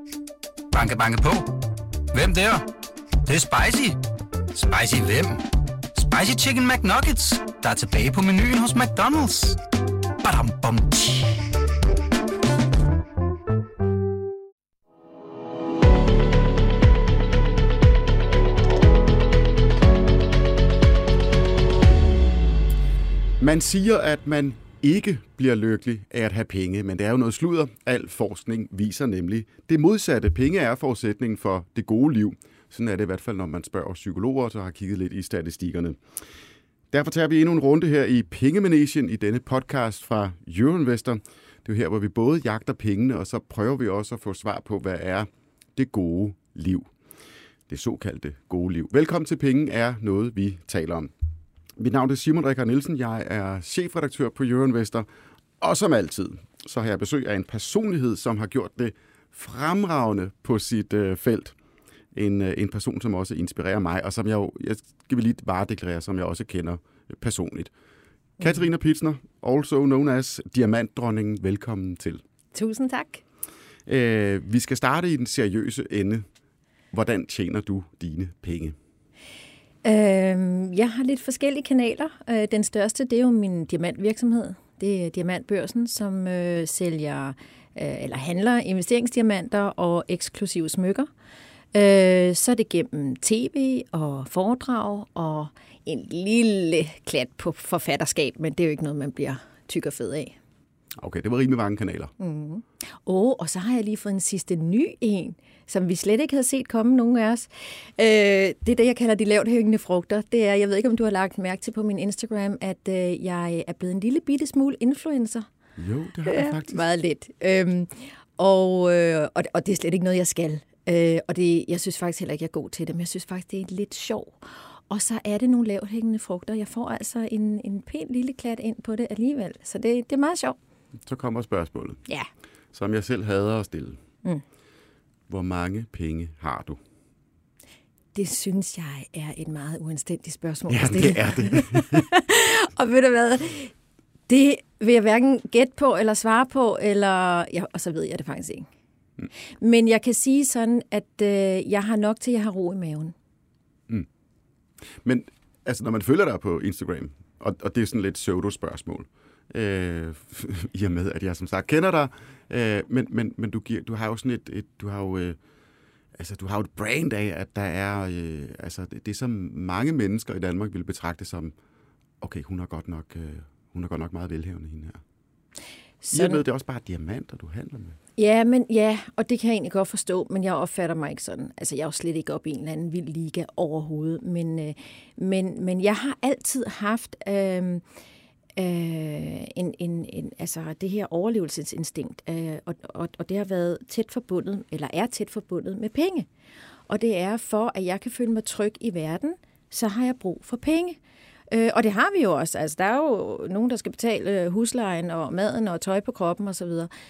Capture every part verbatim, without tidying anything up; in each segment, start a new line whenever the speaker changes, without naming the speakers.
Banke, banke på. Hvem der? Det, det er spicy. Spicy hvem? Spicy Chicken McNuggets, der er tilbage på menuen hos McDonald's. Badum, bom, tji.
Man siger, at man ikke bliver lykkelig af at have penge, men det er jo noget sludder. Al forskning viser nemlig det modsatte. Penge er forudsætningen for det gode liv. Sådan er det i hvert fald, når man spørger psykologer, så har kigget lidt i statistikkerne. Derfor tager vi endnu en runde her i Pengemanation i denne podcast fra Euroinvestor. Det er jo her, hvor vi både jagter pengene, og så prøver vi også at få svar på, hvad er det gode liv. Det såkaldte gode liv. Velkommen til Penge er noget, vi taler om. Mit navn er Simon Rikard Nielsen. Jeg er chefredaktør på Euroinvestor. Og som altid, så har jeg besøg af en personlighed, som har gjort det fremragende på sit øh, felt. En, øh, en person, som også inspirerer mig, og som jeg jo, jeg skal lige varedeklarere, som jeg også kender personligt. Mm. Katarina Pietzner, also known as Diamantdronningen. Velkommen til.
Tusind tak.
Øh, vi skal starte i den seriøse ende. Hvordan tjener du dine penge?
Øhm, jeg har lidt forskellige kanaler. Øh, den største, det er jo min diamantvirksomhed. Det er Diamantbørsen, som øh, sælger øh, eller handler investeringsdiamanter og eksklusive smykker. Øh, så er det gennem tv og foredrag og en lille klat på forfatterskab, men det er jo ikke noget, man bliver tyk og fed af.
Okay, det var rimelig mange kanaler.
Mm. Oh, og så har jeg lige fået en sidste ny en, som vi slet ikke havde set komme, nogen af os. Øh, det er det, jeg kalder de lavt hængende frugter. Det er, jeg ved ikke, om du har lagt mærke til på min Instagram, at øh, jeg er blevet en lille bitte smule influencer.
Jo, det har jeg
ja,
faktisk.
Meget lidt. Øhm, og, øh, og, og det er slet ikke noget, jeg skal. Øh, og det, jeg synes faktisk heller ikke, jeg er god til det, men jeg synes faktisk, det er lidt sjov. Og så er det nogle lavt hængende frugter. Jeg får altså en, en pæn lille klat ind på det alligevel. Så det, det er meget sjovt.
Så kommer spørgsmålet,
ja.
som jeg selv hader at stille.
Mm.
Hvor mange penge har du?
Det synes jeg er et meget uanstændigt spørgsmål.
Ja, det er det.
Og ved du hvad, det vil jeg hverken gætte på eller svare på, eller ja, og så ved jeg det faktisk ikke. Mm. Men jeg kan sige sådan, at øh, jeg har nok til, at jeg har ro i maven.
Mm. Men altså, når man følger dig på Instagram, og, og det er sådan lidt pseudo-spørgsmål, Øh, i og med, at jeg som sagt kender dig, øh, men, men, men du, giver, du har jo sådan et, et du har jo, øh, altså, du har jo et brand af, at der er, øh, altså, det, det som mange mennesker i Danmark vil betragte som, okay, hun er godt nok, øh, hun er godt nok meget velhavende, hende her. Sådan. I og med, det er også bare diamanter, du handler med.
Ja, men ja, og det kan jeg egentlig godt forstå, men jeg opfatter mig ikke sådan. Altså, jeg er jo slet ikke op i en eller anden vild liga overhovedet, men, øh, men, men jeg har altid haft øh, Øh, en, en, en, altså det her overlevelsesinstinkt, øh, og, og, og det har været tæt forbundet, eller er tæt forbundet med penge. Og det er for, at jeg kan føle mig tryg i verden, så har jeg brug for penge. Øh, og det har vi jo også. Altså, der er jo nogen, der skal betale huslejen og maden og tøj på kroppen osv.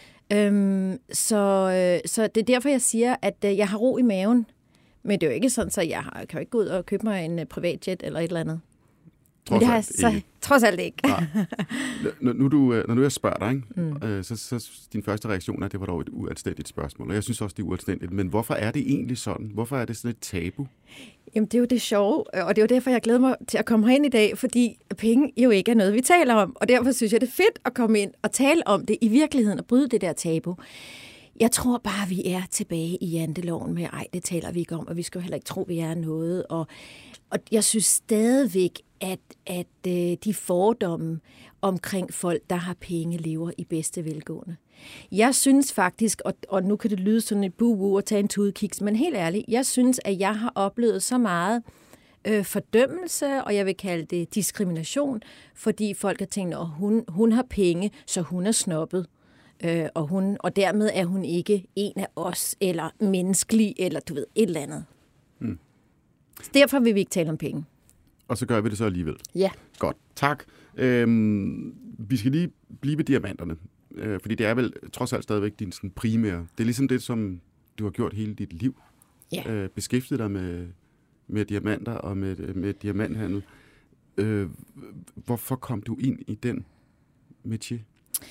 Øhm, så, øh, så det er derfor, jeg siger, at øh, jeg har ro i maven. Men det er jo ikke sådan, så jeg har, kan jo ikke gå ud og købe mig en privatjet eller et eller andet.
Trods
det har
alt
så,
ikke.
Trods alt ikke.
Når, nu, du, når nu jeg spørger dig, ikke? Mm. Så, så din første reaktion er, at det var dog et uanstændigt spørgsmål. Og jeg synes også, det er uanstændigt. Men hvorfor er det egentlig sådan? Hvorfor er det sådan et tabu?
Jamen, det er jo det sjove, og det er jo derfor, jeg glæder mig til at komme herind i dag, fordi penge jo ikke er noget, vi taler om. Og derfor synes jeg, det er fedt at komme ind og tale om det i virkeligheden og bryde det der tabu. Jeg tror bare, vi er tilbage i janteloven med, ej, det taler vi ikke om, og vi skal jo heller ikke tro, vi er noget. Og, og jeg synes stadigvæk, at, at øh, de fordomme omkring folk, der har penge, lever i bedste velgående. Jeg synes faktisk, og, og nu kan det lyde sådan et buh at tage en tudekiks, men helt ærligt, jeg synes, at jeg har oplevet så meget øh, fordømmelse, og jeg vil kalde det diskrimination, fordi folk har tænkt, at hun, hun har penge, så hun er snobbet. Øh, og, hun, og dermed er hun ikke en af os, eller menneskelig, eller du ved, et eller andet. Hmm. Derfor vil vi ikke tale om penge.
Og så gør vi det så alligevel.
Ja.
Godt, tak. Øhm, vi skal lige blive ved diamanterne, øh, fordi det er vel trods alt stadigvæk din sådan, primære. Det er ligesom det, som du har gjort hele dit liv.
Ja.
Øh, beskæftiget dig med, med diamanter og med, med diamanthandel. Øh, hvorfor kom du ind i den métier?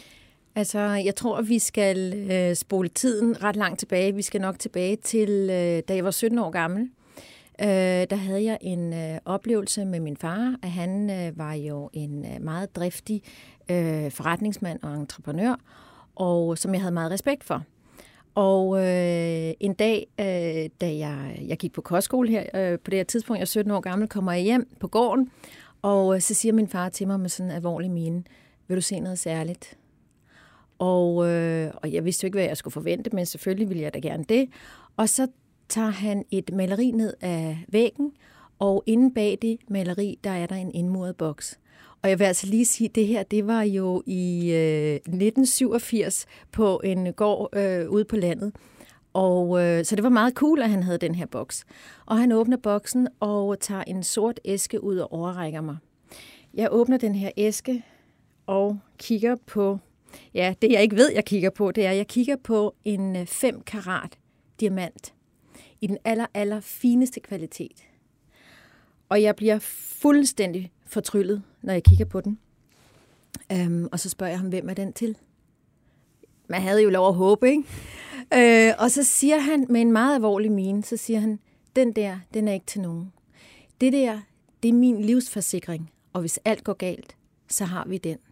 Altså, jeg tror, vi skal øh, spole tiden ret langt tilbage. Vi skal nok tilbage til, øh, da jeg var sytten år gammel. Øh, der havde jeg en øh, oplevelse med min far, at han øh, var jo en øh, meget driftig øh, forretningsmand og entreprenør, og som jeg havde meget respekt for. Og øh, en dag, øh, da jeg, jeg gik på kostskole her, øh, på det her tidspunkt, jeg er sytten år gammel, kommer jeg hjem på gården, og øh, så siger min far til mig med sådan en alvorlig mine, vil du se noget særligt? Og, øh, og jeg vidste jo ikke, hvad jeg skulle forvente, men selvfølgelig ville jeg da gerne det. Og så tager han et maleri ned af væggen, og inde bag det maleri, der er der en indmuret boks. Og jeg vil altså lige sige, at det her, det var jo i øh, nitten syvogfirs på en gård øh, ude på landet. Og øh, så det var meget cool, at han havde den her boks. Og han åbner boksen og tager en sort æske ud og overrækker mig. Jeg åbner den her æske og kigger på, ja, det jeg ikke ved, jeg kigger på, det er, at jeg kigger på en fem karat diamant i den aller, aller fineste kvalitet. Og jeg bliver fuldstændig fortryllet, når jeg kigger på den. Um, og så spørger jeg ham, hvem er den til? Man havde jo lov at håbe, ikke? Uh, og så siger han med en meget alvorlig mine, så siger han, den der, den er ikke til nogen. Det der, det er min livsforsikring, og hvis alt går galt, så har vi den.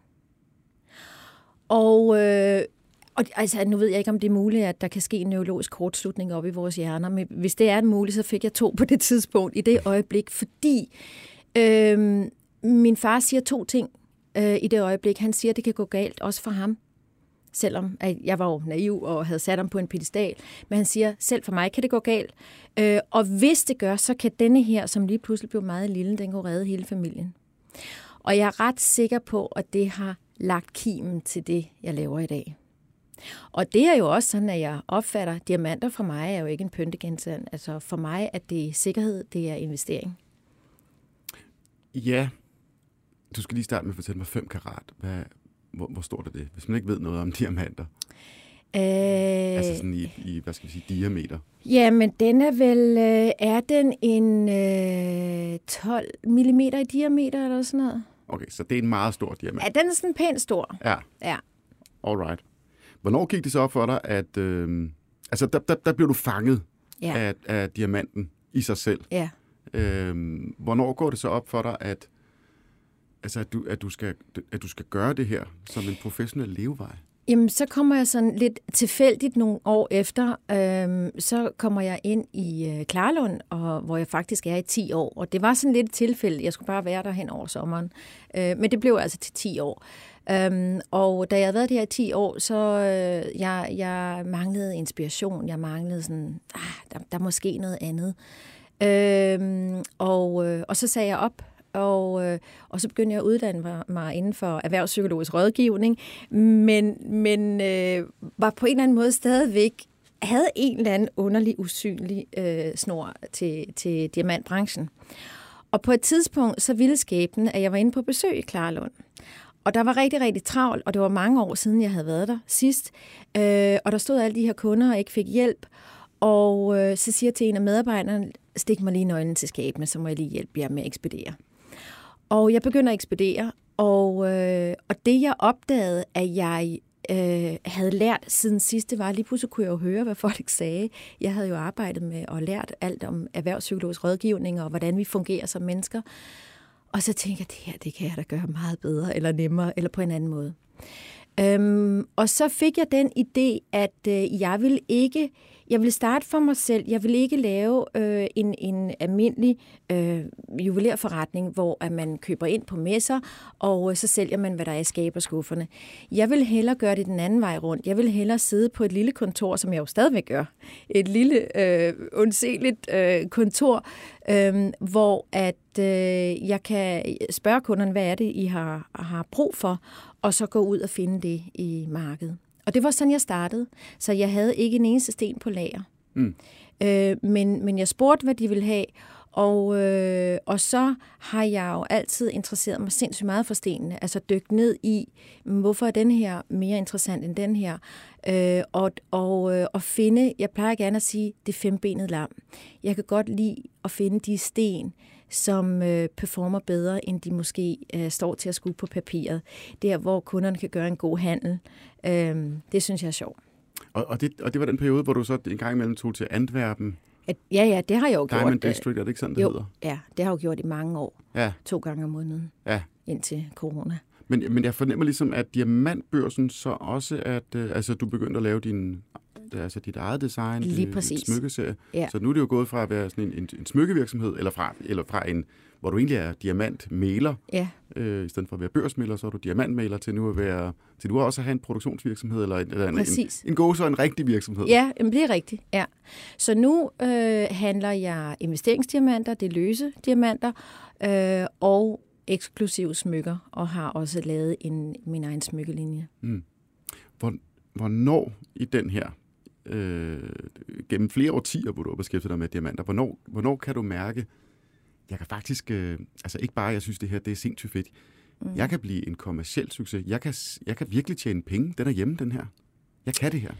Og, øh, og altså, nu ved jeg ikke, om det er muligt, at der kan ske en neurologisk kortslutning op i vores hjerner, men hvis det er muligt, så fik jeg to på det tidspunkt, i det øjeblik, fordi øh, min far siger to ting øh, i det øjeblik. Han siger, at det kan gå galt, også for ham, selvom at jeg var jo naiv og havde sat ham på en pedestal. Men han siger, selv for mig kan det gå galt. Øh, og hvis det gør, så kan denne her, som lige pludselig blev meget lille, den kan redde hele familien. Og jeg er ret sikker på, at det har lagt kimen til det, jeg laver i dag. Og det er jo også sådan, at jeg opfatter, diamanter for mig er jo ikke en pyntegenstand. Altså for mig er det sikkerhed, det er investering.
Ja, du skal lige starte med at fortælle mig fem karat. Hvad, hvor, hvor stort er det, hvis man ikke ved noget om diamanter?
Øh,
altså sådan i, i, hvad skal vi sige, diameter?
Jamen, den er vel, øh, er den en øh, tolv millimeter i diameter eller sådan noget?
Okay, så det er en meget stor diamant.
Ja, den er sådan pænt stor.
Ja.
Ja.
Alright. Hvornår gik det så op for dig, at øh, altså der, der, der blev du fanget
ja.
af, af diamanten i sig selv?
Ja.
Øh, hvornår går det så op for dig, at, altså, at, du, at, du skal, at du skal gøre det her som en professionel levevej?
Jamen, så kommer jeg sådan lidt tilfældigt nogle år efter, øhm, så kommer jeg ind i øh, Klarlund, og, hvor jeg faktisk er i ti år. Og det var sådan lidt et tilfælde, jeg skulle bare være der hen over sommeren. Øh, men det blev altså til ti år. Øhm, og da jeg havde været der i ti år, så øh, jeg, jeg manglede inspiration. Jeg manglede sådan, ah, der, der er måske noget andet. Øhm, og, øh, og så sagde jeg op. Og, øh, og så begyndte jeg at uddanne mig inden for erhvervspsykologisk rådgivning, men, men øh, var på en eller anden måde stadigvæk, havde en eller anden underlig, usynlig øh, snor til, til diamantbranchen. Og på et tidspunkt, så ville skæbnen, at jeg var inde på besøg i Klarlund. Og der var rigtig, rigtig travlt, og det var mange år siden, jeg havde været der sidst. Øh, og der stod alle de her kunder og ikke fik hjælp. Og øh, så siger jeg til en af medarbejderne, stik mig lige nøglen til skabene, så må jeg lige hjælpe jer med at ekspedere. Og jeg begynder at ekspedere, og, øh, og det jeg opdagede, at jeg øh, havde lært siden sidst, det var, lige pludselig kunne jeg jo høre, hvad folk sagde. Jeg havde jo arbejdet med og lært alt om erhvervspsykologisk rådgivning, og hvordan vi fungerer som mennesker. Og så tænker jeg, det her, det kan jeg da gøre meget bedre, eller nemmere, eller på en anden måde. Øhm, og så fik jeg den idé, at øh, jeg vil ikke, jeg vil starte for mig selv. Jeg vil ikke lave øh, en, en almindelig øh, juvelerforretning, hvor at man køber ind på messer, og øh, så sælger man, hvad der er i skaberskufferne. Jeg vil hellere gøre det den anden vej rundt. Jeg vil hellere sidde på et lille kontor, som jeg jo stadigvæk gør. Et lille, øh, undseligt øh, kontor, øh, hvor at øh, jeg kan spørge kunderne, hvad er det, I har, har brug for, og så gå ud og finde det i markedet. Og det var sådan, jeg startede. Så jeg havde ikke en eneste sten på lager. Mm. Øh, men, men jeg spurgte, hvad de ville have. Og, øh, og så har jeg jo altid interesseret mig sindssygt meget for stenene. Altså dykt ned i, hvorfor er den her mere interessant end den her? Øh, og, og, øh, og finde, jeg plejer gerne at sige, det fembenede lam. Jeg kan godt lide at finde de sten, som øh, performer bedre, end de måske øh, står til at skue på papiret. Der, hvor kunderne kan gøre en god handel. Øh, det synes jeg er sjovt.
Og, og, det, og det var den periode, hvor du så en gang imellem tog til Antwerpen.
At, ja, ja, det har jeg jo gjort.
Diamond District, er det ikke sådan, det
jo,
hedder?
Ja, det har jeg jo gjort i mange år.
Ja.
To gange om måneden.
Ja.
Indtil corona.
Men, men jeg fornemmer ligesom, at diamantbørsen så også, at øh, altså, du begyndte at lave din, altså, dit eget design,
lige præcis.
Din smykkeserie.
Ja.
Så nu er det jo gået fra at være sådan en, en, en smykkevirksomhed, eller fra, eller fra en, hvor du egentlig er diamantmæler,
ja. øh,
i stedet for at være børsmæler, så er du diamantmæler, til nu at være, til nu også at have en produktionsvirksomhed, eller, eller en, en, en god så en rigtig virksomhed.
Ja, det er rigtigt, ja. Så nu øh, handler jeg investeringsdiamanter, det er løse diamanter, øh, og eksklusive smykker, og har også lavet en, min egen smykkelinje.
Mm. Hvor, hvornår i den her, øh, gennem flere årtier, hvor du har beskæftiget dig med diamanter, hvornår, hvornår kan du mærke, jeg kan faktisk, øh, altså ikke bare, jeg synes det her, det er sindssygt fedt, mm. jeg kan blive en kommerciel succes, jeg kan, jeg kan virkelig tjene penge, den er hjemme, den her. Jeg kan det her.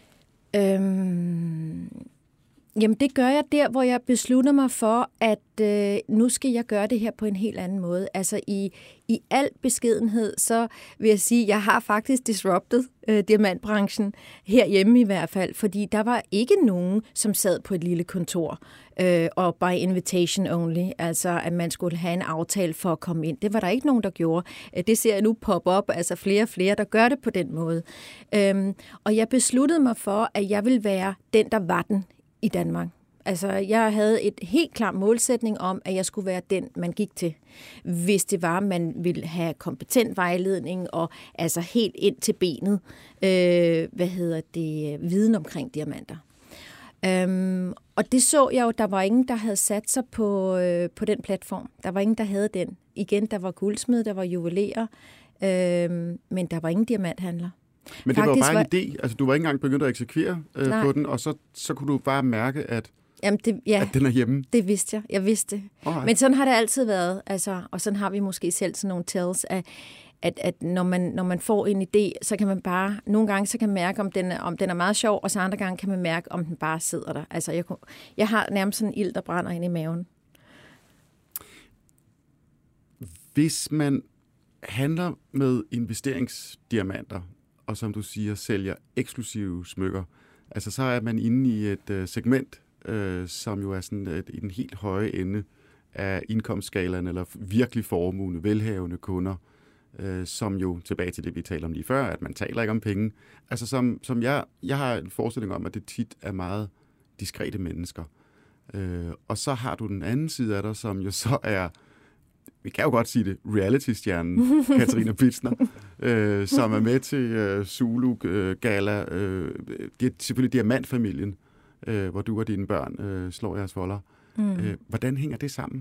Øhm... Jamen, det gør jeg der, hvor jeg beslutter mig for, at øh, nu skal jeg gøre det her på en helt anden måde. Altså i, i al beskedenhed, så vil jeg sige, at jeg har faktisk disrupted øh, diamantbranchen, herhjemme i hvert fald, fordi der var ikke nogen, som sad på et lille kontor øh, og by invitation only, altså at man skulle have en aftale for at komme ind. Det var der ikke nogen, der gjorde. Det ser jeg nu poppe op, altså flere og flere, der gør det på den måde. Øhm, og jeg besluttede mig for, at jeg ville være den, der var den i Danmark. Altså, jeg havde et helt klar målsætning om, at jeg skulle være den, man gik til. Hvis det var, man ville have kompetent vejledning og altså helt ind til benet, øh, hvad hedder det, viden omkring diamanter. Øhm, og det så jeg jo, der var ingen, der havde sat sig på, øh, på den platform. Der var ingen, der havde den. Igen, der var guldsmed, der var juvelérer, øh, men der var ingen diamanthandler.
Men det Faktisk var bare en idé, altså du var ikke engang begyndt at eksekvere øh, på den, og så, så kunne du bare mærke, at,
Jamen det, ja,
at den er hjemme.
Det vidste jeg, jeg vidste det. Alright. Men sådan har det altid været, altså, og sådan har vi måske selv sådan nogle tells, at, at, at når, man, når man får en idé, så kan man bare, nogle gange så kan man mærke, om den, er, om den er meget sjov, og så andre gange kan man mærke, om den bare sidder der. Altså jeg, jeg har nærmest sådan en ild, der brænder ind i maven.
Hvis man handler med investeringsdiamanter, og som du siger, sælger eksklusive smykker, altså så er man inde i et uh, segment, uh, som jo er sådan et, i den helt høje ende af indkomstskalaen, eller virkelig formuende, velhavende kunder, uh, som jo, tilbage til det, vi talte om lige før, at man taler ikke om penge. Altså som, som jeg, jeg har en forestilling om, at det tit er meget diskrete mennesker. Uh, og så har du den anden side af dig, som jo så er, vi kan jo godt sige det, reality-stjernen Katarina Bitzner, øh, som er med til øh, Zulu øh, Gala. Øh, det er selvfølgelig diamantfamilien, øh, hvor du og dine børn øh, slår jeres folder. Mm. Øh, hvordan hænger det sammen?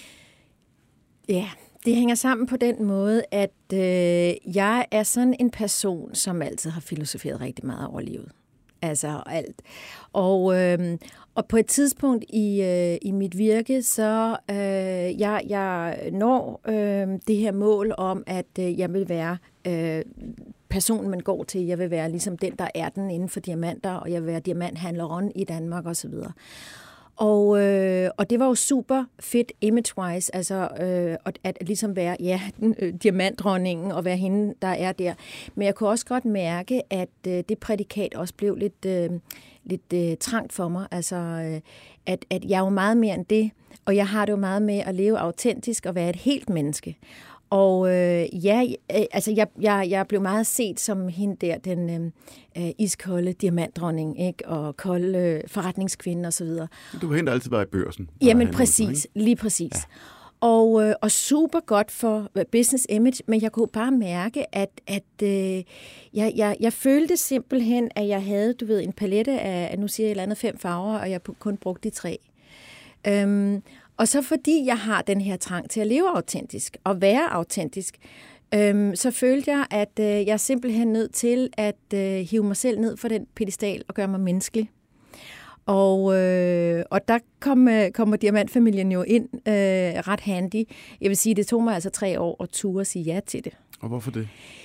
Ja, det hænger sammen på den måde, at øh, jeg er sådan en person, som altid har filosoferet rigtig meget over livet. Altså alt. Og, øh, og på et tidspunkt i, øh, i mit virke, så øh, jeg, jeg når øh, det her mål om, at øh, jeg vil være øh, personen, man går til. Jeg vil være ligesom den, der er den inden for diamanter, og jeg vil være diamanthandleren i Danmark osv. Og, øh, og det var jo super fedt image-wise, altså øh, at, at ligesom være ja, øh, diamantdronningen og være hende, der er der. Men jeg kunne også godt mærke, at øh, det prædikat også blev lidt, øh, lidt øh, trangt for mig. Altså, øh, at, at jeg er jo meget mere end det, og jeg har det jo meget med at leve autentisk og være et helt menneske. Og øh, ja, øh, altså jeg, jeg, jeg blev meget set som hende der, den øh, iskolde diamantdronning, ikke? Og kolde øh, forretningskvinde og så videre.
Du har hende altid været i børsen.
Jamen præcis, lige præcis. Ja. Og, øh, og super godt for business image, men jeg kunne bare mærke, at, at øh, jeg, jeg, jeg følte simpelthen, at jeg havde, du ved, en palette af, nu siger jeg et eller andet fem farver, og jeg kun brugte de tre. Øhm, Og så fordi jeg har den her trang til at leve autentisk og være autentisk, øhm, så følte jeg, at øh, jeg er simpelthen nødt til at øh, hive mig selv ned for den pedestal og gøre mig menneskelig. Og, øh, og der kom, øh, kommer diamantfamilien jo ind øh, ret handy. Jeg vil sige, det tog mig altså tre år at ture og sige ja til det.
Og hvorfor det?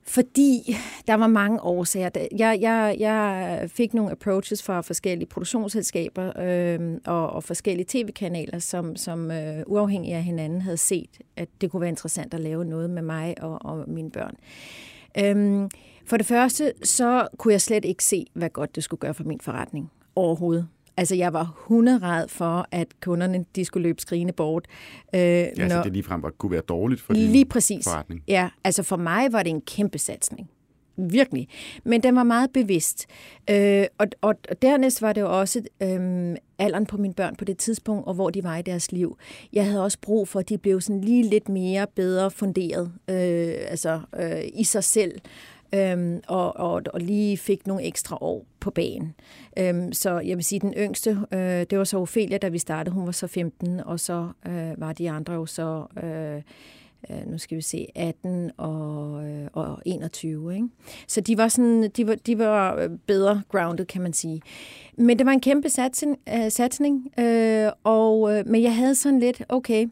Fordi der var mange årsager. Jeg, jeg, jeg fik nogle approaches fra forskellige produktionsselskaber øh, og, og forskellige tv-kanaler, som, som øh, uafhængigt af hinanden havde set, at det kunne være interessant at lave noget med mig og, og mine børn. Øhm, for det første, så kunne jeg slet ikke se, hvad godt det skulle gøre for min forretning overhovedet. Altså, jeg var hunderad for, at kunderne de skulle løbe skrigende bort. Øh,
ja,
når...
så det ligefrem var, kunne være dårligt for din
Lige præcis.
forretning.
Ja, altså for mig var det en kæmpe satsning. Virkelig. Men den var meget bevidst. Øh, og, og, og dernæst var det jo også øh, alderen på mine børn på det tidspunkt, og hvor de var i deres liv. Jeg havde også brug for, at de blev sådan lige lidt mere bedre funderet øh, altså, øh, i sig selv. Øhm, og, og, og lige fik nogle ekstra år på banen. Øhm, så jeg vil sige, den yngste, øh, det var så Ophelia, da vi startede. Hun var så femten, og så øh, var de andre jo så, øh, øh, nu skal vi se, atten og, øh, og enogtyve. Ikke? Så de var, sådan, de, var, de var bedre grounded, kan man sige. Men det var en kæmpe satsning, øh, satsning øh, og, øh, men jeg havde sådan lidt, okay,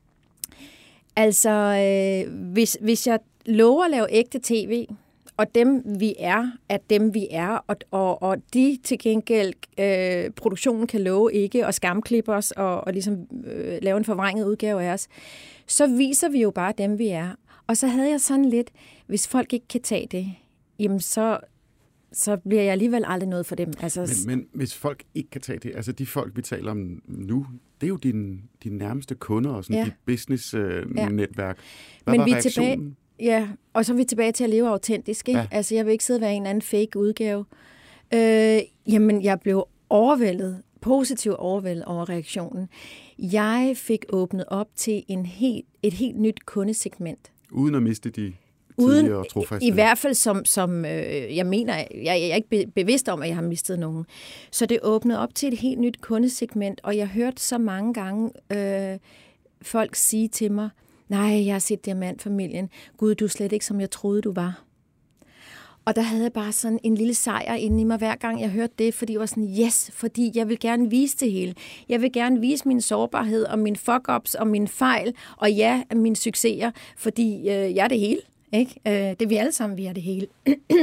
altså øh, hvis, hvis jeg lover at lave ægte tv, og dem vi er, at dem vi er, og, og, og de til gengæld, øh, produktionen kan love ikke at skamklippe os og, og ligesom øh, lave en forvrænget udgave af os, så viser vi jo bare dem vi er. Og så havde jeg sådan lidt, hvis folk ikke kan tage det, jamen så, så bliver jeg alligevel aldrig noget for dem. Altså,
men, men hvis folk ikke kan tage det, altså de folk vi taler om nu, det er jo dine din nærmeste kunder og sådan
ja.
dit business-netværk. Øh,
ja.
Hvad
men
var
vi er
reaktionen?
Tilbage... Ja, og så er vi tilbage til at leve autentisk. Ikke? Ja. Altså, jeg vil ikke sidde og være en eller anden fake udgave. Øh, jamen, jeg blev overvældet, positivt overvældet over reaktionen. Jeg fik åbnet op til en helt, et helt nyt kundesegment.
Uden at miste de
Uden,
tidligere og trofaste?
I hvert fald som, som øh, jeg mener, jeg, jeg er ikke bevidst om, at jeg har mistet nogen. Så det åbnede op til et helt nyt kundesegment, og jeg hørte så mange gange øh, folk sige til mig, nej, jeg har set Diamantfamilien. Gud, du er slet ikke, som jeg troede, du var. Og der havde jeg bare sådan en lille sejr inde i mig, hver gang jeg hørte det, fordi jeg var sådan, yes, fordi jeg vil gerne vise det hele. Jeg vil gerne vise min sårbarhed, og mine fuck-ups, og mine fejl, og ja, mine succeser, fordi øh, jeg er det hele. Ikke? Øh, det er vi alle sammen, vi er det hele.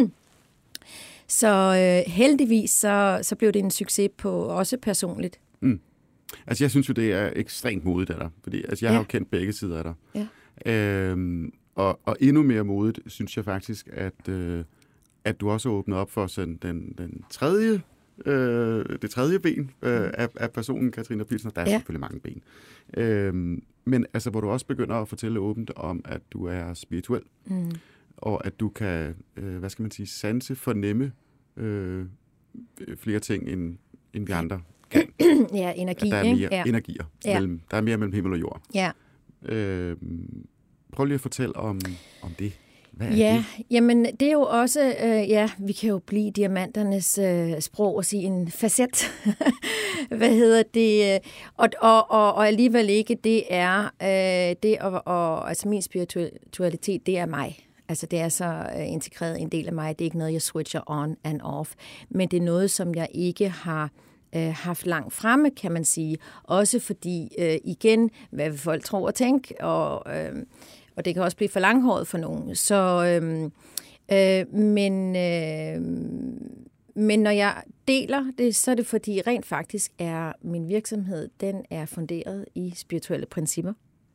Så øh, heldigvis, så, så blev det en succes på også personligt.
Mm. Altså, jeg synes jo, det er ekstremt modigt af dig, fordi altså, jeg ja. har jo kendt begge sider af dig.
Ja.
Øhm, og, og endnu mere modigt, synes jeg faktisk, at, øh, at du også åbner op for sådan den, den tredje, øh, det tredje ben øh, af, af personen, Katrina Pilsner. Der er ja. selvfølgelig mange ben. Øhm, men altså, hvor du også begynder at fortælle åbent om, at du er spirituel, mm. og at du kan, øh, hvad skal man sige, sanse, fornemme øh, flere ting, end, end vi andre kan.
Ja, energi.
Der er mere
ja.
energier.
Ja.
Mellem, der er mere mellem himmel og jord.
Ja.
Øh, prøv lige at fortælle om, om det. Hvad er
ja,
det?
Jamen det er jo også, øh, ja, vi kan jo blive diamanternes øh, sprog og sige en facet. Hvad hedder det? Og, og, og, og alligevel ikke, det er, øh, det og, og, altså min spiritualitet, det er mig. Altså det er så øh, integreret en del af mig. Det er ikke noget, jeg switcher on and off. Men det er noget, som jeg ikke har øh, haft langt fremme, kan man sige. Også fordi, øh, igen, hvad vil folk tro og tænke, og... Øh, Og det kan også blive for langhåret for nogen. Så, øhm, øh, men, øh, men når jeg deler det, så er det fordi rent faktisk er min virksomhed, den er funderet i spirituelle principper.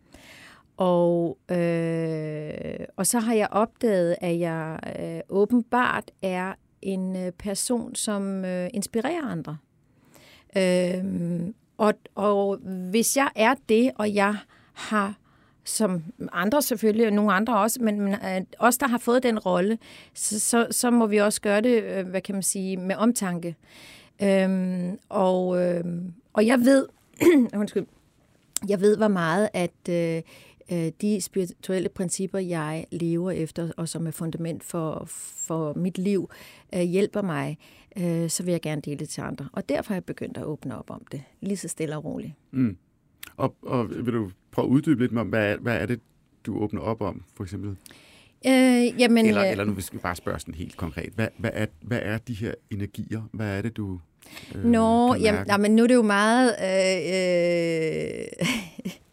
Og, øh, og så har jeg opdaget, at jeg øh, åbenbart er en person, som øh, inspirerer andre. Øh, og, og hvis jeg er det, og jeg har som andre selvfølgelig, og nogle andre også, men, men os, der har fået den rolle, så, så, så må vi også gøre det, hvad kan man sige, med omtanke. Øhm, og, øhm, og jeg ved, undskyld, jeg ved, hvor meget, at øh, de spirituelle principper, jeg lever efter, og som er fundament for, for mit liv, øh, hjælper mig, øh, så vil jeg gerne dele det til andre. Og derfor har jeg begyndt at åbne op om det, lige så stille og roligt.
Mm. Og, og vil du prøve at uddybe lidt om, hvad, hvad er det, du åbner op om, for eksempel?
Øh, jamen,
eller, eller nu hvis vi bare spørge sådan helt konkret. Hvad, hvad, er, hvad er de her energier? Hvad er det, du øh,
Nå,
kan
jamen, jamen, nu er det jo meget... Øh, øh,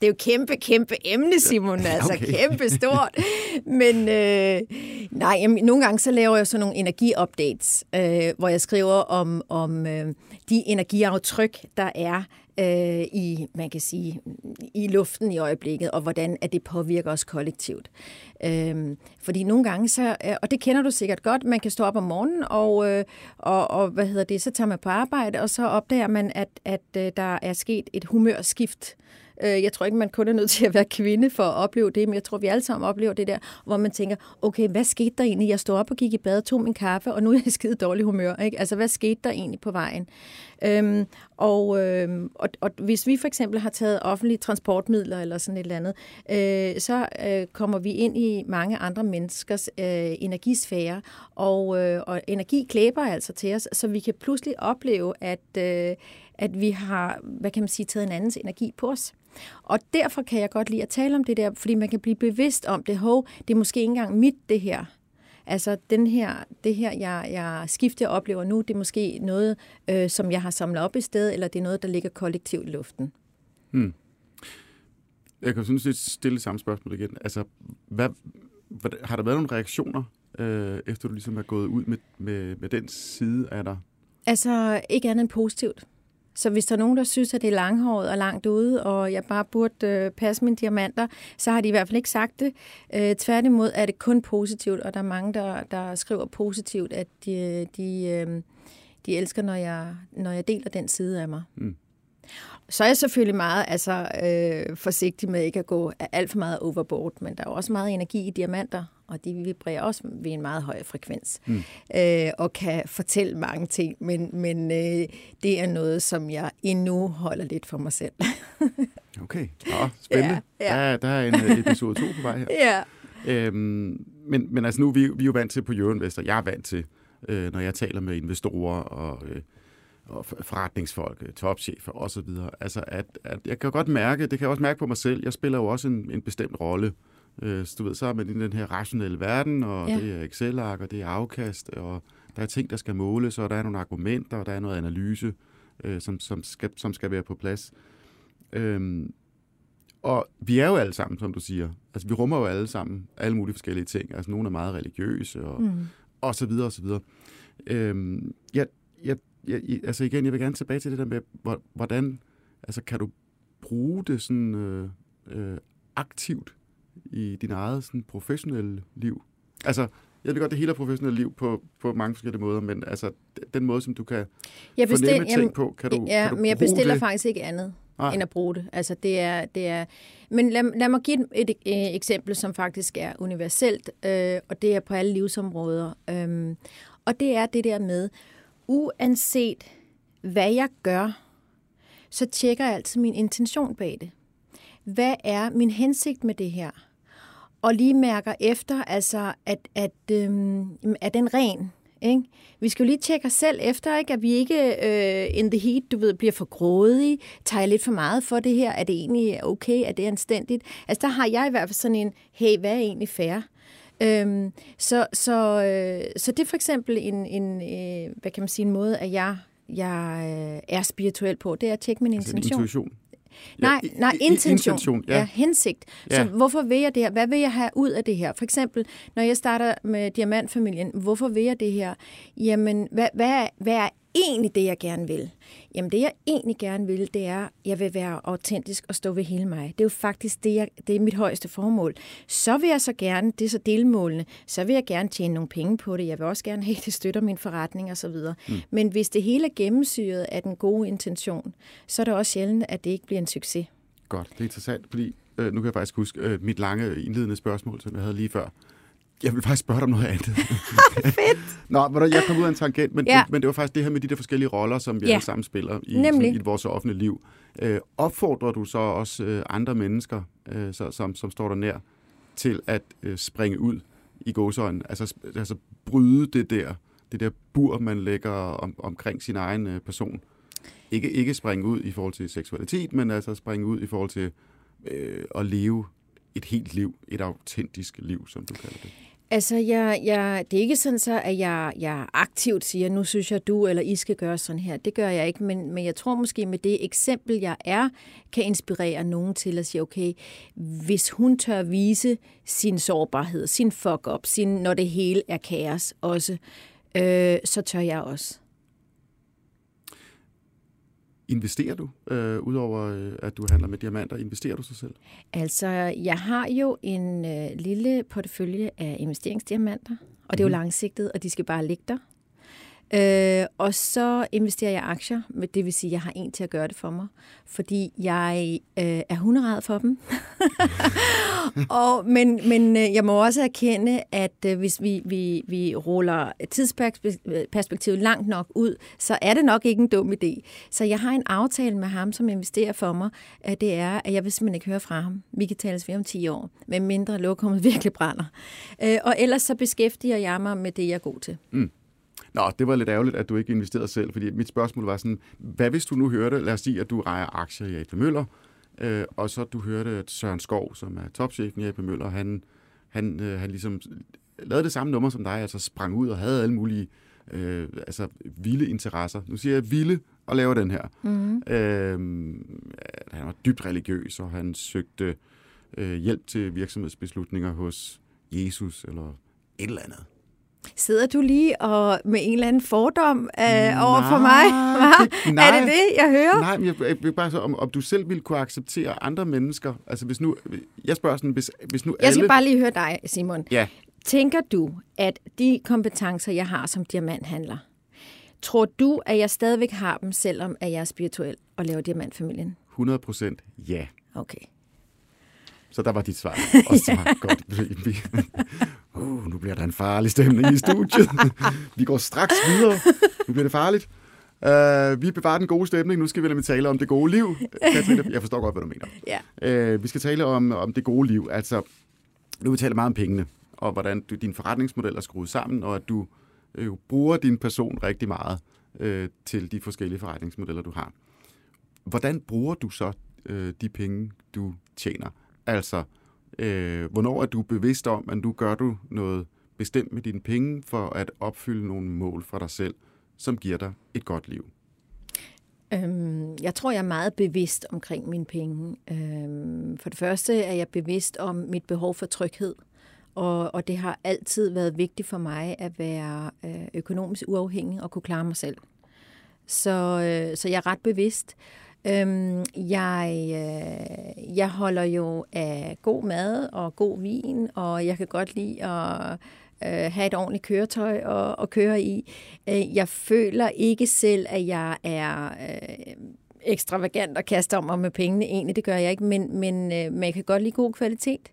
det er jo kæmpe, kæmpe emne, Simon, altså
okay.
kæmpe stort. Men øh, nej, jamen, nogle gange så laver jeg sådan nogle energi-updates, øh, hvor jeg skriver om, om øh, de energiaftryk, der er øh, i, man kan sige, i luften i øjeblikket, og hvordan at det påvirker os kollektivt. Øh, fordi nogle gange, så, og det kender du sikkert godt, man kan stå op om morgenen, og, øh, og, og hvad hedder det, så tager man på arbejde, og så opdager man, at, at øh, der er sket et humørskift. Jeg tror ikke, man kun er nødt til at være kvinde for at opleve det, men jeg tror, vi alle sammen oplever det der, hvor man tænker, okay, hvad skete der egentlig? Jeg stod op og gik i bad, tog min kaffe, og nu er jeg i skide dårlig humør. Ikke? Altså, hvad skete der egentlig på vejen? Øhm, og, øhm, og, og hvis vi for eksempel har taget offentlige transportmidler eller sådan et eller andet, øh, så øh, kommer vi ind i mange andre menneskers øh, energisfære, og, øh, og energi klæber altså til os, så vi kan pludselig opleve, at, øh, at vi har, hvad kan man sige, taget en andens energi på os. Og derfor kan jeg godt lide at tale om det der, fordi man kan blive bevidst om det. Hov, det er måske ikke engang mit, det her. Altså, den her, det her, jeg, jeg skifter og oplever nu, det er måske noget, øh, som jeg har samlet op i sted, eller det er noget, der ligger kollektivt i luften.
Hmm. Jeg kan synes, det stille samme spørgsmål igen. Altså, hvad, hvad, har der været nogle reaktioner, øh, efter du ligesom er gået ud med, med, med den side af dig?
Altså, ikke andet end positivt. Så hvis der er nogen, der synes, at det er langhåret og langt ude, og jeg bare burde øh, passe mine diamanter, så har de i hvert fald ikke sagt det. Øh, tværtimod er det kun positivt, og der er mange, der, der skriver positivt, at de, de, øh, de elsker, når jeg, når jeg deler den side af mig. Mm. Så er jeg selvfølgelig meget altså, øh, forsigtig med ikke at gå alt for meget overboard, men der er også meget energi i diamanter, og de vibrerer også ved en meget høj frekvens, mm. øh, og kan fortælle mange ting, men, men øh, det er noget, som jeg endnu holder lidt for mig selv.
Okay, ja, spændende. Ja, ja. Der, der er en episode to på vej her.
Ja.
Øhm, men, men altså nu vi, vi er jo vant til på Euroinvestor, jeg er vant til, øh, når jeg taler med investorer og... Øh, og forretningsfolk, topchefer og så videre. Altså, at, at jeg kan godt mærke, det kan jeg også mærke på mig selv, jeg spiller jo også en, en bestemt rolle. Øh, så du ved, så er man i den her rationelle verden, og ja. Det er Excel-ark, og det er afkast, og der er ting, der skal måles, og der er nogle argumenter, og der er noget analyse, øh, som, som, skal, som skal være på plads. Øhm, og vi er jo alle sammen, som du siger. Altså, vi rummer jo alle sammen alle mulige forskellige ting. Altså, nogle er meget religiøse, og, mm. og så videre, og så videre. Øhm, jeg, jeg Ja, altså igen, jeg vil gerne tilbage til det der med, hvordan altså, kan du bruge det sådan øh, øh, aktivt i din eget sådan, professionelle liv? Altså, jeg ved godt, det hele er professionelle liv på, på mange forskellige måder, men altså, den måde, som du kan jeg bestil, fornemme ting jamen, på, kan du,
ja,
kan du
men jeg bestiller
det?
faktisk ikke andet Nej. end at bruge det. Altså, det er, det er, men lad, lad mig give et, et, et eksempel, som faktisk er universelt, øh, og det er på alle livsområder. Øh, og det er det der med, uanset hvad jeg gør, så tjekker jeg altid min intention bag det. Hvad er min hensigt med det her? Og lige mærker efter, altså, at, at øhm, er den ren? Ikke? Vi skal jo lige tjekke os selv efter, ikke? At vi ikke øh, in the heat, du ved, bliver for grådige, tager lidt for meget for det her. Er det egentlig okay? Er det anstændigt? Altså, der har jeg i hvert fald sådan en, hey, hvad er egentlig fair? Øhm, så, så, øh, så det er for eksempel en, en øh, hvad kan man sige, en måde, at jeg, jeg øh, er spirituel på, det er at tjekke min intention. Altså
intuition?
Nej,
ja,
nej, intention.
intention ja.
ja, hensigt. Ja. Så hvorfor vil jeg det her? Hvad vil jeg have ud af det her? For eksempel, når jeg starter med diamantfamilien, hvorfor vil jeg det her? Jamen, hvad, hvad, hvad er egentlig det, jeg gerne vil? Jamen, det jeg egentlig gerne vil, det er, at jeg vil være autentisk og stå ved hele mig. Det er jo faktisk det, jeg, det er mit højeste formål. Så vil jeg så gerne, det er så delmålene, så vil jeg gerne tjene nogle penge på det. Jeg vil også gerne have, at det støtter min forretning og så videre. Mm. Men hvis det hele er gennemsyret af den gode intention, så er det også sjældent, at det ikke bliver en succes.
Godt, det er interessant, fordi øh, nu kan jeg faktisk huske øh, mit lange indledende spørgsmål, som jeg havde lige før. Jeg vil faktisk spørge dig om noget andet.
Fedt!
Nå, jeg kom ud af en tangent, men,
ja.
men det var faktisk det her med de der forskellige roller, som vi
ja.
alle sammen spiller i, sådan, i vores offentlige liv. Øh, opfordrer du så også øh, andre mennesker, øh, så, som, som står der nær, til at øh, springe ud i gåseøjne? Altså, altså bryde det der, det der bur, man lægger om, omkring sin egen øh, person? Ikke, ikke springe ud i forhold til seksualitet, men altså springe ud i forhold til øh, at leve et helt liv, et autentisk liv, som du kalder det.
Altså, jeg, jeg, det er ikke sådan så, at jeg, jeg aktivt siger, nu synes jeg, du eller I skal gøre sådan her. Det gør jeg ikke, men, men jeg tror måske med det eksempel, jeg er, kan inspirere nogen til at sige, okay, hvis hun tør vise sin sårbarhed, sin fuck-up, sin, når det hele er kaos også, øh, så tør jeg også.
Investerer du, øh, udover øh, at du handler med diamanter, investerer du sig selv?
Altså, jeg har jo en øh, lille portefølje af investeringsdiamanter, og det er jo langsigtet, og de skal bare ligge der. Øh, og så investerer jeg i aktier, det vil sige, at jeg har en til at gøre det for mig, fordi jeg øh, er hunderad for dem. og, men men øh, jeg må også erkende, at øh, hvis vi, vi, vi ruller tidsperspektivet langt nok ud, så er det nok ikke en dum idé. Så jeg har en aftale med ham, som investerer for mig, at det er, at jeg vil simpelthen ikke høre fra ham. Vi kan tales ved om ti år, med mindre lokummet virkelig brænder. Øh, og ellers så beskæftiger jeg mig med det, jeg er god til.
Mm. Nå, det var lidt ærgerligt, at du ikke investerede selv, fordi mit spørgsmål var sådan, hvad hvis du nu hørte, lad os sige, at du ejer aktier i A P Møller, øh, og så du hørte, at Søren Skov, som er topchefen i A P Møller, han, han, øh, han ligesom lavede det samme nummer som dig, altså sprang ud og havde alle mulige øh, altså vilde interesser. Nu siger jeg vilde og laver den her. Mm-hmm. Øh, han var dybt religiøs, og han søgte øh, hjælp til virksomhedsbeslutninger hos Jesus eller et eller andet.
Sidder du lige og med en eller anden fordom øh, over for mig?
Det, nej,
er det det, jeg hører?
Nej, men jeg, jeg vil bare så, om, om du selv ville kunne acceptere andre mennesker. Altså hvis nu, jeg spørger sådan, hvis, hvis nu alle...
Jeg skal bare lige høre dig, Simon.
Ja.
Tænker du, at de kompetencer, jeg har som diamanthandler, tror du, at jeg stadigvæk har dem, selvom at jeg er spirituel og laver diamantfamilien?
hundrede procent ja.
Okay.
Så der var dit svar. Også ja. Godt. Uh, nu bliver der en farlig stemning i studiet. Vi går straks videre. Nu bliver det farligt. Uh, vi bevarer den gode stemning. Nu skal vi nemlig tale om det gode liv. Katrine, jeg forstår godt, hvad du mener. Ja. Uh, vi skal tale om, om det gode liv. Altså, nu vi taler meget om pengene, og hvordan du, din forretningsmodel er skruet sammen, og at du øh, bruger din person rigtig meget øh, til de forskellige forretningsmodeller, du har. Hvordan bruger du så øh, de penge, du tjener? Altså, øh, hvornår er du bevidst om, at nu gør du noget bestemt med dine penge for at opfylde nogle mål for dig selv, som giver dig et godt liv?
Øhm, jeg tror, jeg er meget bevidst omkring mine penge. Øhm, for det første er jeg bevidst om mit behov for tryghed, og, og det har altid været vigtigt for mig at være øh, økonomisk uafhængig og kunne klare mig selv. Så, øh, så jeg er ret bevidst. Øhm, jeg, øh, jeg holder jo af god mad og god vin, og jeg kan godt lide at øh, have et ordentligt køretøj og, og køre i. Øh, jeg føler ikke selv, at jeg er øh, ekstravagant og kaster om mig med pengene. Egentlig, det gør jeg ikke, men, men, øh, men jeg kan godt lide god kvalitet.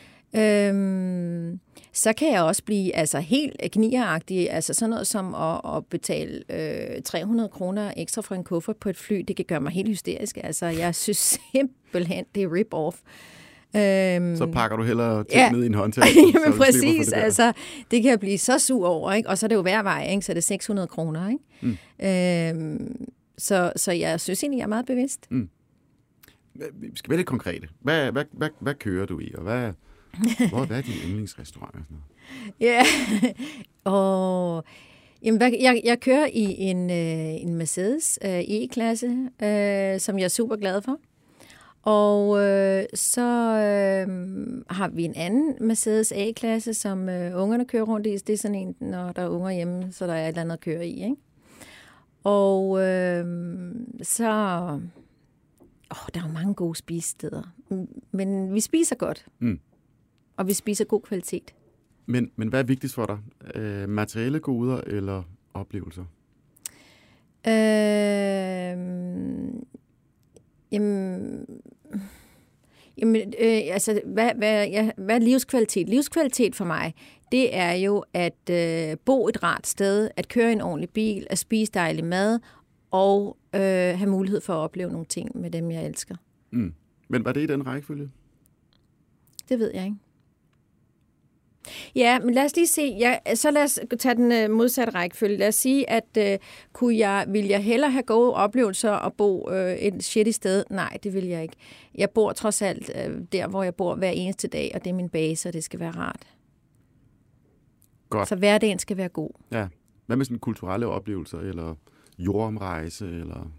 Øhm, så kan jeg også blive altså helt knieragtig, altså sådan noget som at, at betale øh, tre hundrede kroner ekstra for en kuffert på et fly, det kan gøre mig helt hysterisk. Altså, jeg synes simpelthen, det er rip-off. Øhm,
så pakker du hellere ting
ja.
ned i en håndtag.
Jamen præcis, det altså, det kan jeg blive så sur over, ikke? Og så er det jo hver vej, ikke? Så er det seks hundrede kroner, ikke? Mm. Øhm, så, så jeg synes egentlig, jeg er meget bevidst.
Mm. Vi skal være lidt konkrete. Hvad, hvad, hvad, hvad kører du i, og hvad... Hvor hvad er din yndlingsrestaurant?
Ja, og jamen, jeg, jeg kører i en, en Mercedes uh, E-klasse, uh, som jeg er super glad for. Og uh, så uh, har vi en anden Mercedes A-klasse, som uh, ungerne kører rundt i. Det er sådan en, når der er unger hjemme, så der er et eller andet at køre i, ikke? Og uh, så... Åh, der er jo mange gode spisesteder. Men vi spiser godt. Mm. Og vi spiser god kvalitet.
Men, men hvad er vigtigst for dig? Øh, materielle goder eller oplevelser?
Øh, jamen, jamen øh, altså, hvad, hvad, ja, hvad er livskvalitet? Livskvalitet for mig, det er jo at øh, bo et rart sted, at køre en ordentlig bil, at spise dejlig mad, og øh, have mulighed for at opleve nogle ting med dem, jeg elsker.
Mm. Men var det i den rækkefølge?
Det ved jeg ikke. Ja, men lad os lige se. Ja, så lad os tage den uh, modsatte rækkefølge. Lad os sige, at uh, kunne jeg, vil jeg hellere have gode oplevelser og bo uh, et shitty sted? Nej, det vil jeg ikke. Jeg bor trods alt uh, der, hvor jeg bor hver eneste dag, og det er min base, og det skal være rart.
Godt.
Så hverdagen skal være god.
Ja. Hvad med sådan kulturelle oplevelser, eller jordomrejse, eller...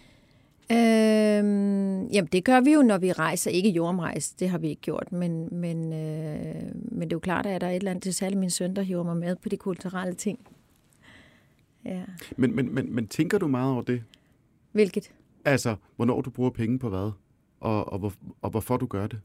Øhm, jamen, det gør vi jo, når vi rejser. Ikke jordomrejse, det har vi ikke gjort, men, men, øh, men det er jo klart, at der er et eller andet, det er særligt min søn, der hiver mig med på de kulturelle ting. Ja.
Men, men, men, men tænker du meget over det?
Hvilket?
Altså, hvornår du bruger penge på hvad, og, og, hvor, og hvorfor du gør det?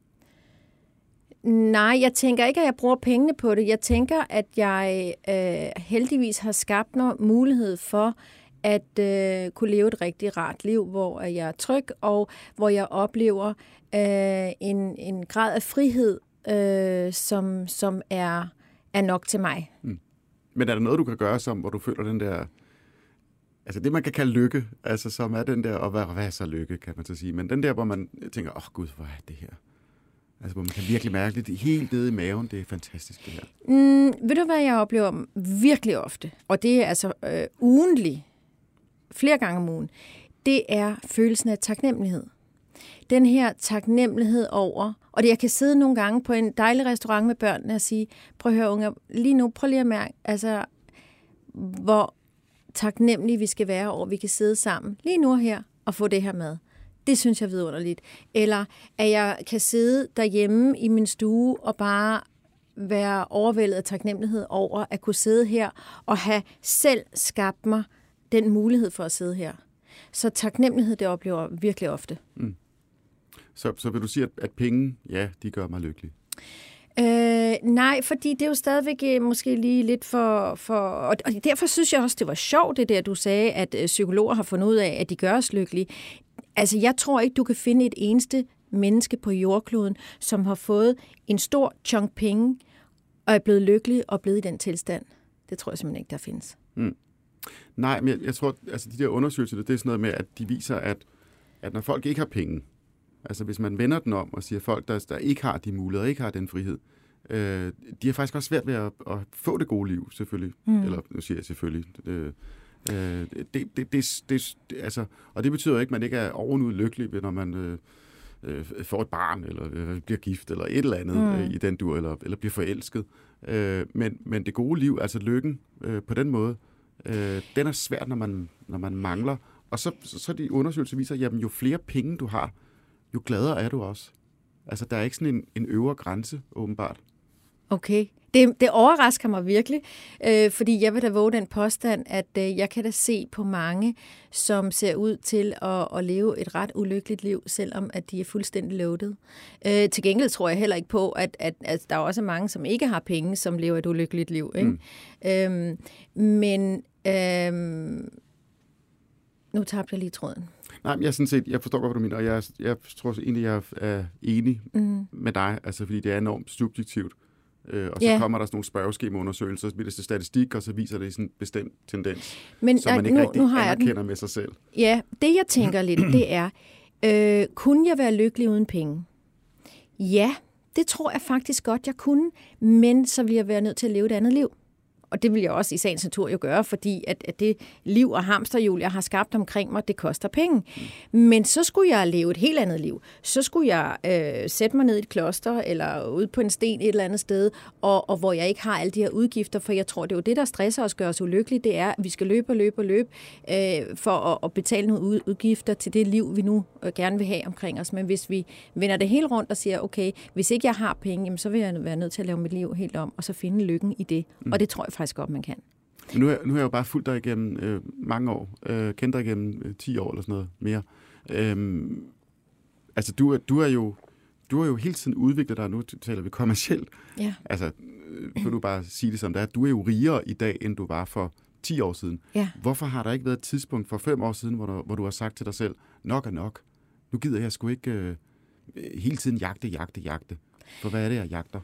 Nej, jeg tænker ikke, at jeg bruger pengene på det. Jeg tænker, at jeg øh, heldigvis har skabt noget mulighed for at øh, kunne leve et rigtig rart liv, hvor jeg er tryg, og hvor jeg oplever øh, en, en grad af frihed, øh, som, som er, er nok til mig. Mm.
Men er der noget, du kan gøre, som, hvor du føler den der... Altså det, man kan kalde lykke, altså som er den der... Og hvad, hvad er så lykke, kan man så sige? Men den der, hvor man tænker, åh oh, gud, hvor er det her? Altså hvor man kan virkelig mærke det helt nede i maven. Det er fantastisk, det her.
Mm, ved du, hvad jeg oplever virkelig ofte? Og det er altså øh, ugentlig, flere gange om ugen. Det er følelsen af taknemmelighed. Den her taknemmelighed over, og det, jeg kan sidde nogle gange på en dejlig restaurant med børnene og sige, prøv at høre unger, lige nu, prøv lige at mærke, altså, hvor taknemmelige vi skal være over, vi kan sidde sammen lige nu her og få det her med. Det synes jeg er vidunderligt. Eller at jeg kan sidde derhjemme i min stue og bare være overvældet af taknemmelighed over at kunne sidde her og have selv skabt mig den mulighed for at sidde her. Så taknemmelighed, det oplever jeg virkelig ofte. Mm.
Så, så vil du sige, at, at penge, ja, de gør mig lykkelig?
Øh, nej, fordi det er jo stadigvæk måske lige lidt for... for og derfor synes jeg også, det var sjovt, det der, du sagde, at psykologer har fundet ud af, at de gør os lykkelige. Altså, jeg tror ikke, du kan finde et eneste menneske på jordkloden, som har fået en stor chunk penge, og er blevet lykkelig og blevet i den tilstand. Det tror jeg simpelthen ikke, der findes. Mm.
Nej, men jeg, jeg tror, altså de der undersøgelser, det er sådan noget med, at de viser, at, at når folk ikke har penge, altså hvis man vender den om og siger, at folk, der, der ikke har de muligheder, ikke har den frihed, øh, de har faktisk også svært ved at, at få det gode liv, selvfølgelig. Mm. Eller nu siger jeg selvfølgelig. Øh, øh, det, det, det, det, det, altså, og det betyder ikke, at man ikke er ovenud lykkelig, når man øh, øh, får et barn, eller øh, bliver gift, eller et eller andet mm. øh, i den dur, eller, eller bliver forelsket. Øh, men, men det gode liv, altså lykken øh, på den måde, øh, den er svært, når man, når man mangler. Og så, så, så de undersøgelser viser, at jamen, jo flere penge du har, jo gladere er du også. Altså, der er ikke sådan en, en øvre grænse, åbenbart.
Okay. Det, det overrasker mig virkelig, øh, fordi jeg vil da våge den påstand, at øh, jeg kan da se på mange, som ser ud til at, at leve et ret ulykkeligt liv, selvom at de er fuldstændig loaded. Øh, til gengæld tror jeg heller ikke på, at, at, at der er også mange, som ikke har penge, som lever et ulykkeligt liv. Ikke? Mm. Øhm, men øhm, nu tabte jeg lige tråden.
Nej, men jeg, sådan set, jeg forstår godt, hvad du mener, og jeg, jeg tror egentlig, jeg er enig mm. med dig, altså fordi det er enormt subjektivt. Øh, og så yeah. kommer der sådan nogle spørgeskemaundersøgelser, så bliver det til statistik, og så viser det sådan en bestemt tendens,
men,
som man ikke
nu,
rigtig
nu
anerkender med sig selv.
Ja, det jeg tænker lidt, det er, øh, kunne jeg være lykkelig uden penge? Ja, det tror jeg faktisk godt, jeg kunne, men så ville jeg være nødt til at leve et andet liv. Og det vil jeg også i sagens natur jo gøre, fordi at, at det liv og hamsterhjul, jeg har skabt omkring mig, det koster penge. Mm. Men så skulle jeg leve et helt andet liv. Så skulle jeg øh, sætte mig ned i et kloster, eller ude på en sten et eller andet sted, og, og hvor jeg ikke har alle de her udgifter, for jeg tror, det er jo det, der stresser os, gør os ulykkelige, det er, at vi skal løbe og løbe og løbe, øh, for at, at betale nogle udgifter til det liv, vi nu øh, gerne vil have omkring os. Men hvis vi vender det hele rundt og siger, okay, hvis ikke jeg har penge, jamen, så vil jeg være nødt til at lave mit liv helt om, og så finde lykken i det. Mm. Og det tror jeg faktisk godt, man kan.
Nu har, nu har jeg jo bare fulgt dig igennem øh, mange år, øh, kendt dig igennem øh, ti år eller sådan noget mere. Øhm, altså, du, du, er jo, du har jo hele tiden udviklet dig, nu taler vi kommercielt. Ja. Altså, øh, kan du bare sige det som det er, du er jo rigere i dag, end du var for ti år siden. Ja. Hvorfor har der ikke været et tidspunkt for fem år siden, hvor du, hvor du har sagt til dig selv, nok er nok, nu gider jeg sgu ikke øh, hele tiden jagte, jagte, jagte. For hvad er det, jeg jagter?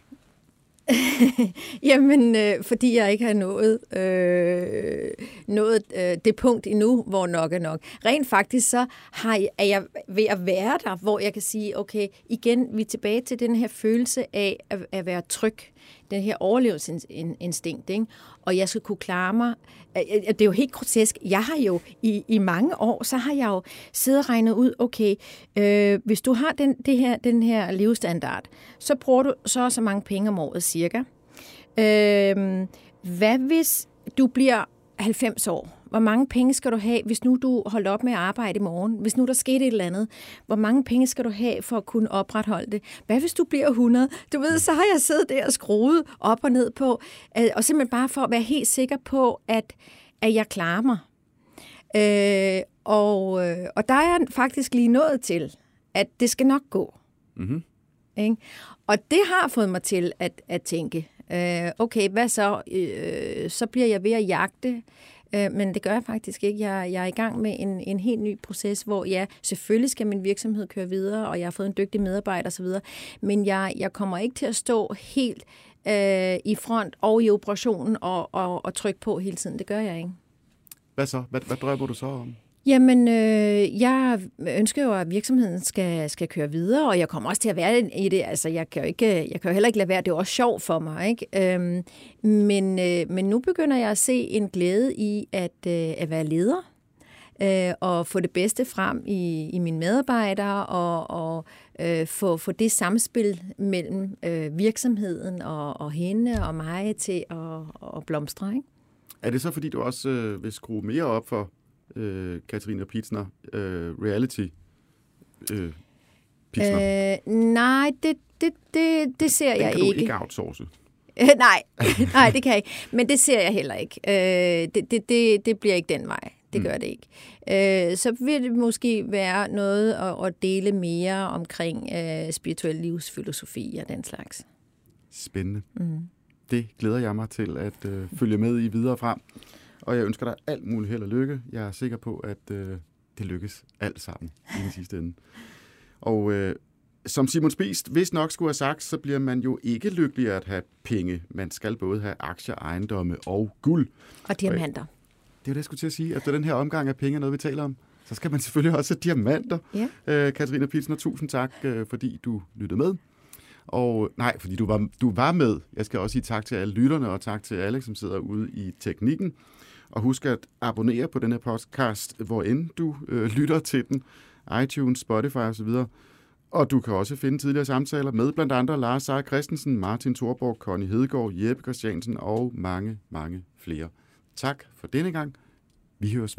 Jamen, øh, fordi jeg ikke har nået, øh, nået øh, det punkt endnu, hvor nok er nok. Rent faktisk så har jeg, er jeg ved at være der, hvor jeg kan sige, okay, igen, vi er tilbage til den her følelse af at, at være tryg. Den her overlevelsesinstinkt, ikke? Og jeg skal kunne klare mig. Det er jo helt grotesk. Jeg har jo i, i mange år, så har jeg jo siddet og regnet ud, okay, øh, hvis du har den, det her, den her levestandard, så bruger du så og så mange penge om året cirka. Øh, hvad hvis du bliver halvfems år? Hvor mange penge skal du have, hvis nu du holder op med at arbejde i morgen? Hvis nu der skete et eller andet, hvor mange penge skal du have for at kunne opretholde det? Hvad hvis du bliver hundrede? Du ved, så har jeg siddet der og skruet op og ned på, og simpelthen bare for at være helt sikker på, at, at jeg klarer mig. Øh, og, og der er jeg faktisk lige nået til, at det skal nok gå. Mm-hmm. Ikke? Og det har fået mig til at, at tænke, øh, okay, hvad så? Øh, så bliver jeg ved at jagte. Men det gør jeg faktisk ikke. Jeg, jeg er i gang med en, en helt ny proces, hvor ja, selvfølgelig skal min virksomhed køre videre, og jeg har fået en dygtig medarbejder osv., men jeg, jeg kommer ikke til at stå helt øh, i front og i operationen og, og, og trykke på hele tiden. Det gør jeg ikke.
Hvad så? Hvad, hvad drømmer du så om?
Jamen, øh, jeg ønsker jo, at virksomheden skal, skal køre videre, og jeg kommer også til at være i det. Altså, jeg kan jo, ikke, jeg kan jo heller ikke lade være. Det er jo også sjovt for mig, ikke? Øhm, men, øh, men nu begynder jeg at se en glæde i at, øh, at være leder, øh, og få det bedste frem i, i mine medarbejdere, og, og øh, få, få det samspil mellem øh, virksomheden og, og hende og mig til at, at blomstre, ikke?
Er det så, fordi du også øh, vil skrue mere op for Øh, Katarina Pietzner, øh, reality øh, Pietzner?
Øh, nej, det, det, det, det ser
Den
jeg
kan
ikke.
Du ikke outsource?
nej, nej, det kan jeg ikke. Men det ser jeg heller ikke. Øh, det, det, det, det bliver ikke den vej. Det gør mm. det ikke. Øh, så vil det måske være noget at, at dele mere omkring øh, spirituel livsfilosofi og den slags.
Spændende. Mm. Det glæder jeg mig til at øh, følge med i videre frem. Og jeg ønsker dig alt muligt held og lykke. Jeg er sikker på, at øh, det lykkes alt sammen i den sidste ende. Og øh, som Simon Spies vist nok skulle have sagt, så bliver man jo ikke lykkelig at have penge. Man skal både have aktier, ejendomme og guld.
Og diamanter. Og,
det er jo det, jeg skulle til at sige. Efter den her omgang af penge er noget, vi taler om, så skal man selvfølgelig også have diamanter. Ja. Øh, Katarina Pietzner, tusind tak, øh, fordi du lyttede med. Og nej, fordi du var, du var med. Jeg skal også sige tak til alle lytterne, og tak til Alex, som sidder ude i teknikken. Og husk at abonnere på den her podcast, hvor end du øh, lytter til den. iTunes, Spotify osv. Og du kan også finde tidligere samtaler med blandt andre Lars Seier Christensen, Martin Thorborg, Connie Hedegaard, Jeppe Christiansen og mange, mange flere. Tak for denne gang. Vi høres ved.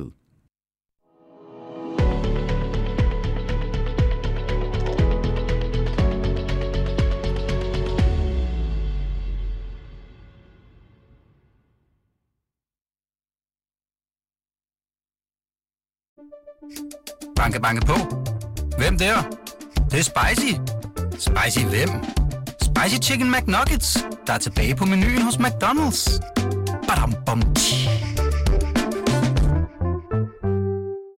Banke, banke på. Hvem der? Det, det er spicy. Spicy hvem? Spicy Chicken McNuggets, der er tilbage på menuen hos McDonald's. Badum, bom, tji.